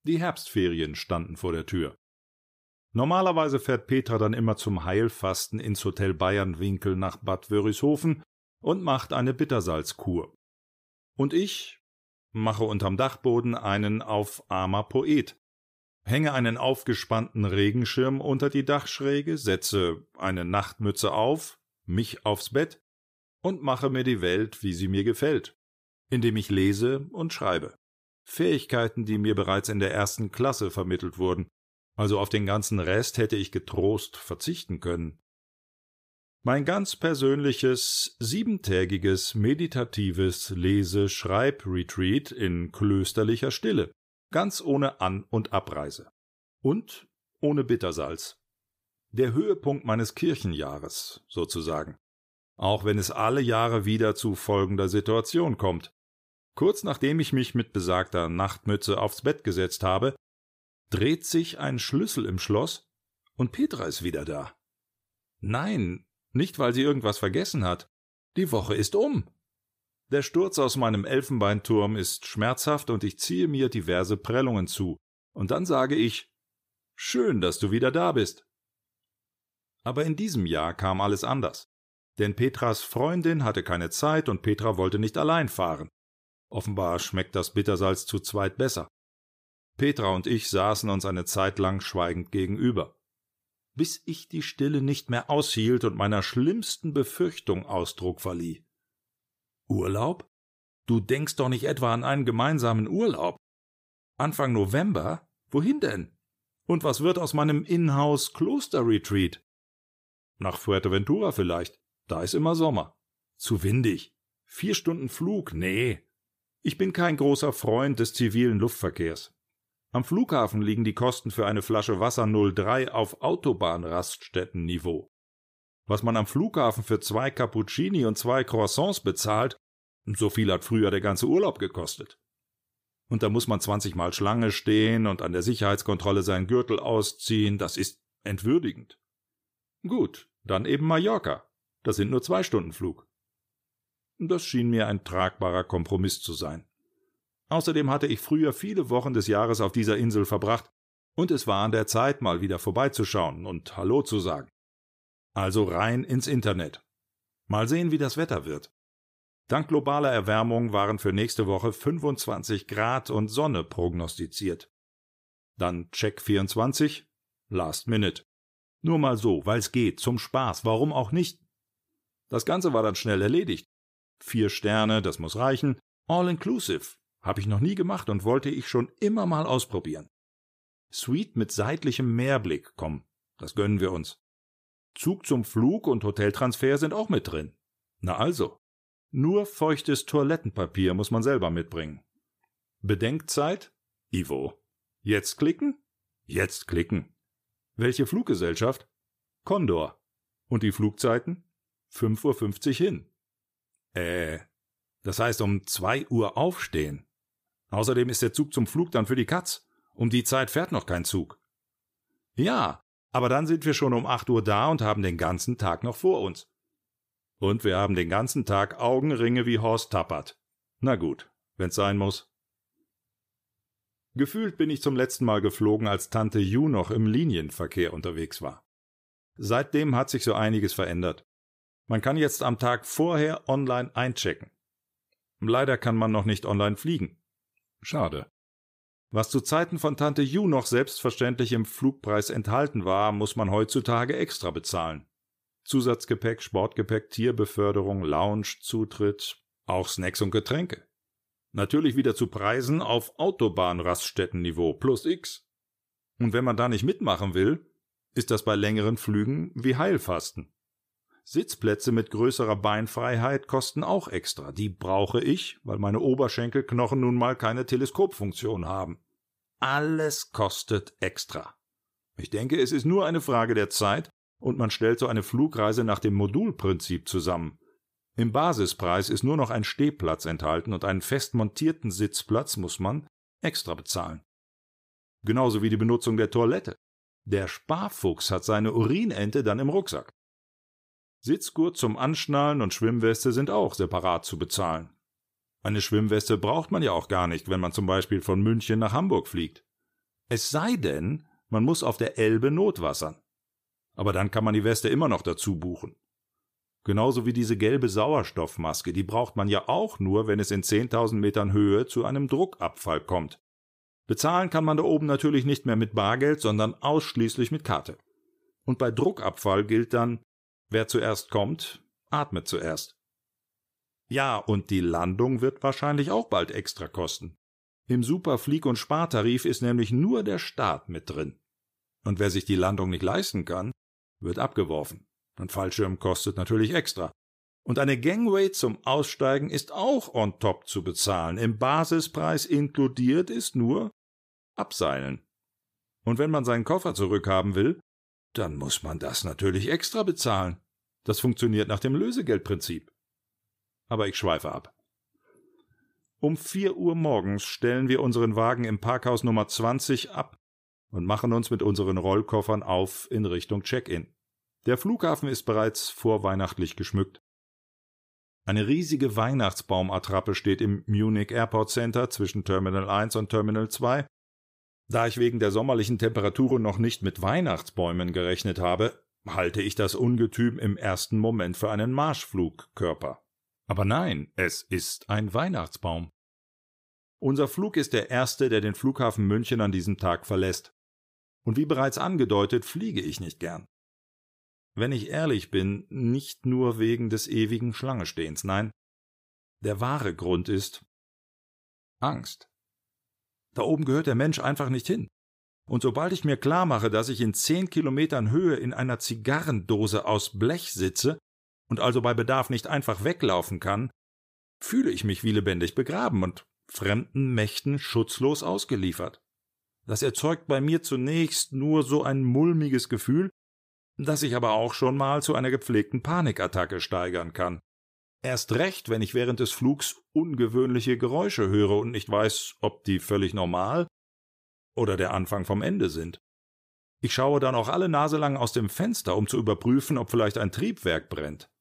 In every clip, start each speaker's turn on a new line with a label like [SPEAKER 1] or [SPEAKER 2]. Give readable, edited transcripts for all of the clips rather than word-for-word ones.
[SPEAKER 1] Die Herbstferien standen vor der Tür. Normalerweise fährt Petra dann immer zum Heilfasten ins Hotel Bayernwinkel nach Bad Wörishofen und macht eine Bittersalzkur. Und ich mache unterm Dachboden einen auf armer Poet, hänge einen aufgespannten Regenschirm unter die Dachschräge, setze eine Nachtmütze auf, mich aufs Bett und mache mir die Welt, wie sie mir gefällt, indem ich lese und schreibe. Fähigkeiten, die mir bereits in der 1. Klasse vermittelt wurden, also auf den ganzen Rest hätte ich getrost verzichten können. Mein ganz persönliches, 7-tägiges, meditatives Lese-Schreib-Retreat in klösterlicher Stille, ganz ohne An- und Abreise. Und ohne Bittersalz. Der Höhepunkt meines Kirchenjahres, sozusagen. Auch wenn es alle Jahre wieder zu folgender Situation kommt. Kurz nachdem ich mich mit besagter Nachtmütze aufs Bett gesetzt habe, dreht sich ein Schlüssel im Schloss und Petra ist wieder da. Nein, nicht weil sie irgendwas vergessen hat. Die Woche ist um. Der Sturz aus meinem Elfenbeinturm ist schmerzhaft und ich ziehe mir diverse Prellungen zu. Und dann sage ich, schön, dass du wieder da bist. Aber in diesem Jahr kam alles anders. Denn Petras Freundin hatte keine Zeit und Petra wollte nicht allein fahren. Offenbar schmeckt das Bittersalz zu zweit besser. Petra und ich saßen uns eine Zeit lang schweigend gegenüber. Bis ich die Stille nicht mehr aushielt und meiner schlimmsten Befürchtung Ausdruck verlieh. Urlaub? Du denkst doch nicht etwa an einen gemeinsamen Urlaub? Anfang November? Wohin denn? Und was wird aus meinem Inhouse-Kloster-Retreat? Nach Fuerteventura vielleicht. Da ist immer Sommer. Zu windig. 4 Stunden Flug? Nee. Ich bin kein großer Freund des zivilen Luftverkehrs. Am Flughafen liegen die Kosten für eine Flasche Wasser 03 auf Autobahnraststättenniveau. Was man am Flughafen für 2 Cappuccini und 2 Croissants bezahlt, so viel hat früher der ganze Urlaub gekostet. Und da muss man 20 Mal Schlange stehen und an der Sicherheitskontrolle seinen Gürtel ausziehen, das ist entwürdigend. Gut, dann eben Mallorca. Das sind nur 2 Stunden Flug. Das schien mir ein tragbarer Kompromiss zu sein. Außerdem hatte ich früher viele Wochen des Jahres auf dieser Insel verbracht, und es war an der Zeit, mal wieder vorbeizuschauen und Hallo zu sagen. Also rein ins Internet. Mal sehen, wie das Wetter wird. Dank globaler Erwärmung waren für nächste Woche 25 Grad und Sonne prognostiziert. Dann Check 24, Last Minute. Nur mal so, weil's geht, zum Spaß, warum auch nicht? Das Ganze war dann schnell erledigt. 4 Sterne, das muss reichen, all inclusive. Habe ich noch nie gemacht und wollte ich schon immer mal ausprobieren. Suite mit seitlichem Meerblick, komm, das gönnen wir uns. Zug zum Flug und Hoteltransfer sind auch mit drin. Na also, nur feuchtes Toilettenpapier muss man selber mitbringen. Bedenkzeit? Ivo. Jetzt klicken? Jetzt klicken. Welche Fluggesellschaft? Condor. Und die Flugzeiten? 5:50 Uhr hin. Das heißt um 2 Uhr aufstehen. Außerdem ist der Zug zum Flug dann für die Katz. Um die Zeit fährt noch kein Zug. Ja, aber dann sind wir schon um 8 Uhr da und haben den ganzen Tag noch vor uns. Und wir haben den ganzen Tag Augenringe wie Horst Tappert. Na gut, wenn's sein muss. Gefühlt bin ich zum letzten Mal geflogen, als Tante Ju noch im Linienverkehr unterwegs war. Seitdem hat sich so einiges verändert. Man kann jetzt am Tag vorher online einchecken. Leider kann man noch nicht online fliegen. Schade. Was zu Zeiten von Tante Ju noch selbstverständlich im Flugpreis enthalten war, muss man heutzutage extra bezahlen. Zusatzgepäck, Sportgepäck, Tierbeförderung, Lounge, Zutritt, auch Snacks und Getränke. Natürlich wieder zu Preisen auf Autobahnraststättenniveau plus X. Und wenn man da nicht mitmachen will, ist das bei längeren Flügen wie Heilfasten. Sitzplätze mit größerer Beinfreiheit kosten auch extra. Die brauche ich, weil meine Oberschenkelknochen nun mal keine Teleskopfunktion haben. Alles kostet extra. Ich denke, es ist nur eine Frage der Zeit und man stellt so eine Flugreise nach dem Modulprinzip zusammen. Im Basispreis ist nur noch ein Stehplatz enthalten und einen fest montierten Sitzplatz muss man extra bezahlen. Genauso wie die Benutzung der Toilette. Der Sparfuchs hat seine Urinente dann im Rucksack. Sitzgurt zum Anschnallen und Schwimmweste sind auch separat zu bezahlen. Eine Schwimmweste braucht man ja auch gar nicht, wenn man zum Beispiel von München nach Hamburg fliegt. Es sei denn, man muss auf der Elbe notwassern. Aber dann kann man die Weste immer noch dazu buchen. Genauso wie diese gelbe Sauerstoffmaske, die braucht man ja auch nur, wenn es in 10.000 Metern Höhe zu einem Druckabfall kommt. Bezahlen kann man da oben natürlich nicht mehr mit Bargeld, sondern ausschließlich mit Karte. Und bei Druckabfall gilt dann, wer zuerst kommt, atmet zuerst. Ja, und die Landung wird wahrscheinlich auch bald extra kosten. Im Super-Flieg- und Spartarif ist nämlich nur der Start mit drin. Und wer sich die Landung nicht leisten kann, wird abgeworfen. Ein Fallschirm kostet natürlich extra. Und eine Gangway zum Aussteigen ist auch on top zu bezahlen. Im Basispreis inkludiert ist nur Abseilen. Und wenn man seinen Koffer zurückhaben will, dann muss man das natürlich extra bezahlen. Das funktioniert nach dem Lösegeldprinzip. Aber ich schweife ab. Um 4 Uhr morgens stellen wir unseren Wagen im Parkhaus Nummer 20 ab und machen uns mit unseren Rollkoffern auf in Richtung Check-in. Der Flughafen ist bereits vorweihnachtlich geschmückt. Eine riesige Weihnachtsbaumattrappe steht im Munich Airport Center zwischen Terminal 1 und Terminal 2. Da ich wegen der sommerlichen Temperaturen noch nicht mit Weihnachtsbäumen gerechnet habe, halte ich das Ungetüm im ersten Moment für einen Marschflugkörper. Aber nein, es ist ein Weihnachtsbaum. Unser Flug ist der erste, der den Flughafen München an diesem Tag verlässt. Und wie bereits angedeutet, fliege ich nicht gern. Wenn ich ehrlich bin, nicht nur wegen des ewigen Schlangestehens, nein, der wahre Grund ist Angst. Da oben gehört der Mensch einfach nicht hin. Und sobald ich mir klar mache, dass ich in 10 Kilometern Höhe in einer Zigarrendose aus Blech sitze und also bei Bedarf nicht einfach weglaufen kann, fühle ich mich wie lebendig begraben und fremden Mächten schutzlos ausgeliefert. Das erzeugt bei mir zunächst nur so ein mulmiges Gefühl, das sich aber auch schon mal zu einer gepflegten Panikattacke steigern kann. Erst recht, wenn ich während des Flugs ungewöhnliche Geräusche höre und nicht weiß, ob die völlig normal oder der Anfang vom Ende sind. Ich schaue dann auch alle Nase lang aus dem Fenster, um zu überprüfen, ob vielleicht ein Triebwerk brennt.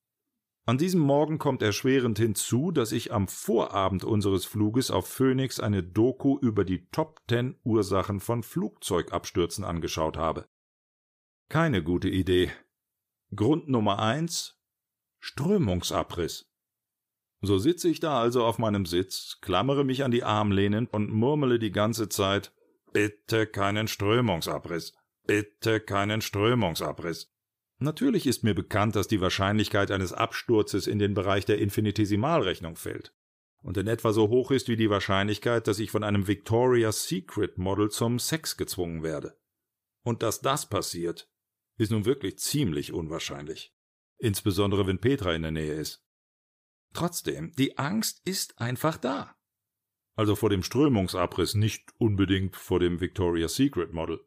[SPEAKER 1] An diesem Morgen kommt erschwerend hinzu, dass ich am Vorabend unseres Fluges auf Phoenix eine Doku über die Top 10 Ursachen von Flugzeugabstürzen angeschaut habe. Keine gute Idee. Grund Nummer 1: Strömungsabriss. So sitze ich da also auf meinem Sitz, klammere mich an die Armlehnen und murmele die ganze Zeit: Bitte keinen Strömungsabriss. Bitte keinen Strömungsabriss. Natürlich ist mir bekannt, dass die Wahrscheinlichkeit eines Absturzes in den Bereich der Infinitesimalrechnung fällt und in etwa so hoch ist wie die Wahrscheinlichkeit, dass ich von einem Victoria's Secret Model zum Sex gezwungen werde. Und dass das passiert, ist nun wirklich ziemlich unwahrscheinlich. Insbesondere wenn Petra in der Nähe ist. Trotzdem, die Angst ist einfach da. Also vor dem Strömungsabriss, nicht unbedingt vor dem Victoria's Secret Model.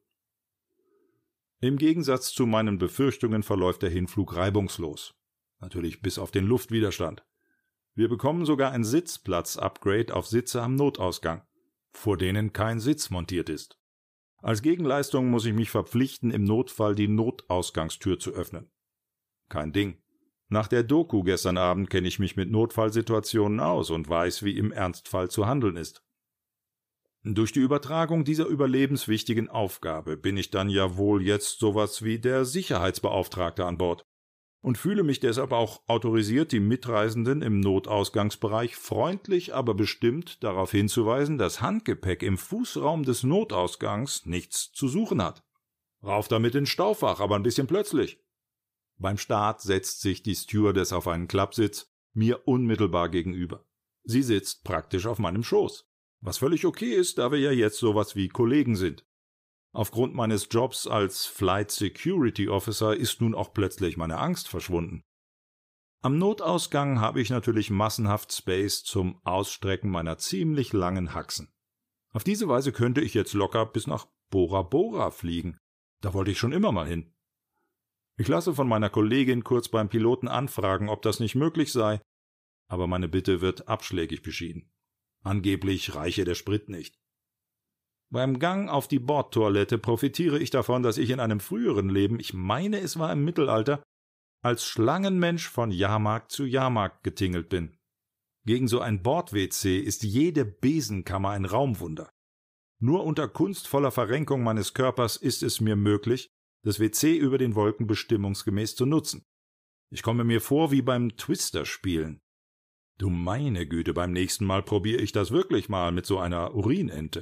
[SPEAKER 1] Im Gegensatz zu meinen Befürchtungen verläuft der Hinflug reibungslos. Natürlich bis auf den Luftwiderstand. Wir bekommen sogar ein Sitzplatz-Upgrade auf Sitze am Notausgang, vor denen kein Sitz montiert ist. Als Gegenleistung muss ich mich verpflichten, im Notfall die Notausgangstür zu öffnen. Kein Ding. Nach der Doku gestern Abend kenne ich mich mit Notfallsituationen aus und weiß, wie im Ernstfall zu handeln ist. Durch die Übertragung dieser überlebenswichtigen Aufgabe bin ich dann ja wohl jetzt sowas wie der Sicherheitsbeauftragte an Bord und fühle mich deshalb auch autorisiert, die Mitreisenden im Notausgangsbereich freundlich, aber bestimmt darauf hinzuweisen, dass Handgepäck im Fußraum des Notausgangs nichts zu suchen hat. Rauf damit ins Staufach, aber ein bisschen plötzlich. Beim Start setzt sich die Stewardess auf einen Klappsitz, mir unmittelbar gegenüber. Sie sitzt praktisch auf meinem Schoß. Was völlig okay ist, da wir ja jetzt sowas wie Kollegen sind. Aufgrund meines Jobs als Flight Security Officer ist nun auch plötzlich meine Angst verschwunden. Am Notausgang habe ich natürlich massenhaft Space zum Ausstrecken meiner ziemlich langen Haxen. Auf diese Weise könnte ich jetzt locker bis nach Bora Bora fliegen. Da wollte ich schon immer mal hin. Ich lasse von meiner Kollegin kurz beim Piloten anfragen, ob das nicht möglich sei, aber meine Bitte wird abschlägig beschieden. Angeblich reiche der Sprit nicht. Beim Gang auf die Bordtoilette profitiere ich davon, dass ich in einem früheren Leben, ich meine es war im Mittelalter, als Schlangenmensch von Jahrmarkt zu Jahrmarkt getingelt bin. Gegen so ein Bord-WC ist jede Besenkammer ein Raumwunder. Nur unter kunstvoller Verrenkung meines Körpers ist es mir möglich, das WC über den Wolken bestimmungsgemäß zu nutzen. Ich komme mir vor wie beim Twister-Spielen. Du meine Güte, beim nächsten Mal probiere ich das wirklich mal mit so einer Urinente.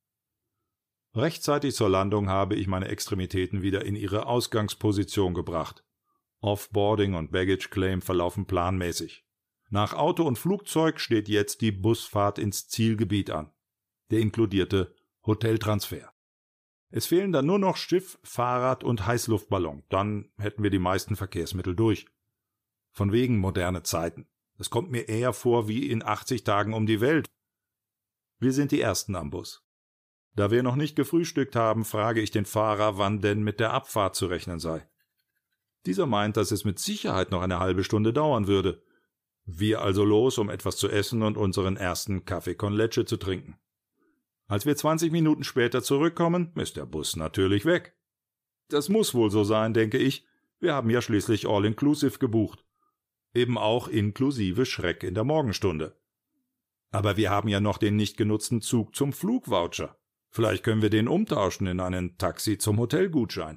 [SPEAKER 1] Rechtzeitig zur Landung habe ich meine Extremitäten wieder in ihre Ausgangsposition gebracht. Offboarding und Baggage Claim verlaufen planmäßig. Nach Auto und Flugzeug steht jetzt die Busfahrt ins Zielgebiet an. Der inkludierte Hoteltransfer. Es fehlen dann nur noch Schiff, Fahrrad und Heißluftballon. Dann hätten wir die meisten Verkehrsmittel durch. Von wegen moderne Zeiten. Es kommt mir eher vor wie in 80 Tagen um die Welt. Wir sind die Ersten am Bus. Da wir noch nicht gefrühstückt haben, frage ich den Fahrer, wann denn mit der Abfahrt zu rechnen sei. Dieser meint, dass es mit Sicherheit noch eine halbe Stunde dauern würde. Wir also los, um etwas zu essen und unseren ersten Kaffee con leche zu trinken. Als wir 20 Minuten später zurückkommen, ist der Bus natürlich weg. Das muss wohl so sein, denke ich. Wir haben ja schließlich All-Inclusive gebucht. Eben auch inklusive Schreck in der Morgenstunde. Aber wir haben ja noch den nicht genutzten Zug zum Flugvoucher. Vielleicht können wir den umtauschen in einen Taxi zum Hotelgutschein.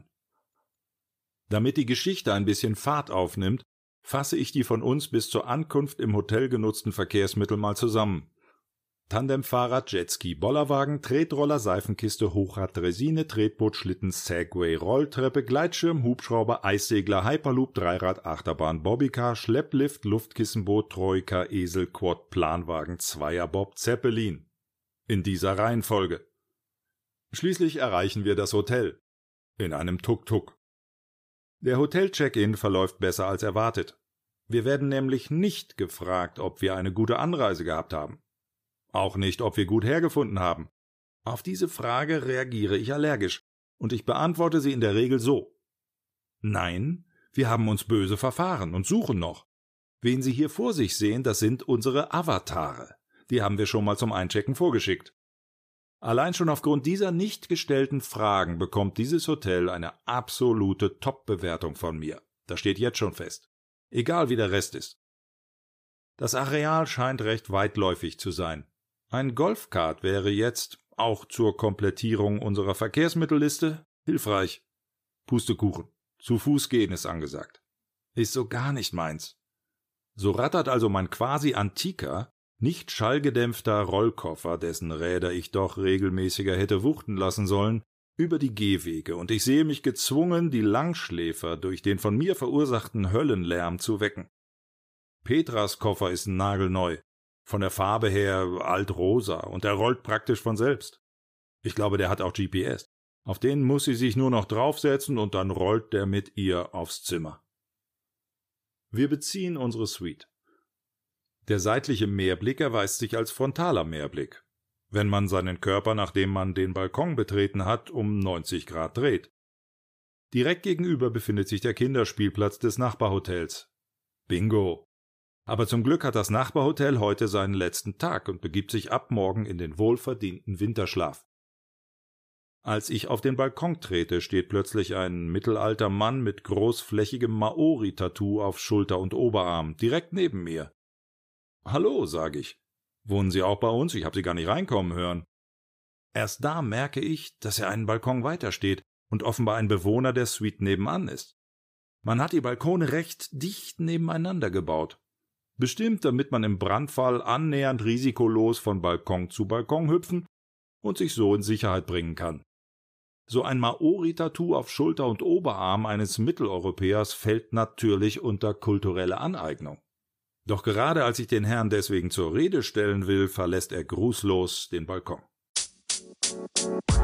[SPEAKER 1] Damit die Geschichte ein bisschen Fahrt aufnimmt, fasse ich die von uns bis zur Ankunft im Hotel genutzten Verkehrsmittel mal zusammen. Tandemfahrrad, Jetski, Bollerwagen, Tretroller, Seifenkiste, Hochrad, Dresine, Tretboot, Schlitten, Segway, Rolltreppe, Gleitschirm, Hubschrauber, Eissegler, Hyperloop, Dreirad, Achterbahn, Bobbycar, Schlepplift, Luftkissenboot, Troika, Esel, Quad, Planwagen, Zweierbob, Zeppelin. In dieser Reihenfolge. Schließlich erreichen wir das Hotel. In einem Tuk-Tuk. Der Hotel-Check-in verläuft besser als erwartet. Wir werden nämlich nicht gefragt, ob wir eine gute Anreise gehabt haben. Auch nicht, ob wir gut hergefunden haben. Auf diese Frage reagiere ich allergisch, und ich beantworte sie in der Regel so. Nein, wir haben uns böse verfahren und suchen noch. Wen Sie hier vor sich sehen, das sind unsere Avatare. Die haben wir schon mal zum Einchecken vorgeschickt. Allein schon aufgrund dieser nicht gestellten Fragen bekommt dieses Hotel eine absolute Top-Bewertung von mir. Das steht jetzt schon fest. Egal wie der Rest ist. Das Areal scheint recht weitläufig zu sein. Ein Golfkart wäre jetzt, auch zur Komplettierung unserer Verkehrsmittelliste, hilfreich. Pustekuchen. Zu Fuß gehen ist angesagt. Ist so gar nicht meins. So rattert also mein quasi antiker, nicht schallgedämpfter Rollkoffer, dessen Räder ich doch regelmäßiger hätte wuchten lassen sollen, über die Gehwege, und ich sehe mich gezwungen, die Langschläfer durch den von mir verursachten Höllenlärm zu wecken. Petras Koffer ist nagelneu, von der Farbe her altrosa, und er rollt praktisch von selbst. Ich glaube, der hat auch GPS. Auf den muss sie sich nur noch draufsetzen, und dann rollt der mit ihr aufs Zimmer. Wir beziehen unsere Suite. Der seitliche Meerblick erweist sich als frontaler Meerblick, wenn man seinen Körper, nachdem man den Balkon betreten hat, um 90 Grad dreht. Direkt gegenüber befindet sich der Kinderspielplatz des Nachbarhotels. Bingo! Aber zum Glück hat das Nachbarhotel heute seinen letzten Tag und begibt sich ab morgen in den wohlverdienten Winterschlaf. Als ich auf den Balkon trete, steht plötzlich ein mittelalter Mann mit großflächigem Maori-Tattoo auf Schulter und Oberarm, direkt neben mir. »Hallo«, sage ich. »Wohnen Sie auch bei uns? Ich habe Sie gar nicht reinkommen hören.« Erst da merke ich, dass er einen Balkon weiter steht und offenbar ein Bewohner der Suite nebenan ist. Man hat die Balkone recht dicht nebeneinander gebaut. Bestimmt, damit man im Brandfall annähernd risikolos von Balkon zu Balkon hüpfen und sich so in Sicherheit bringen kann. So ein Maori-Tattoo auf Schulter und Oberarm eines Mitteleuropäers fällt natürlich unter kulturelle Aneignung. Doch gerade als ich den Herrn deswegen zur Rede stellen will, verlässt er grußlos den Balkon.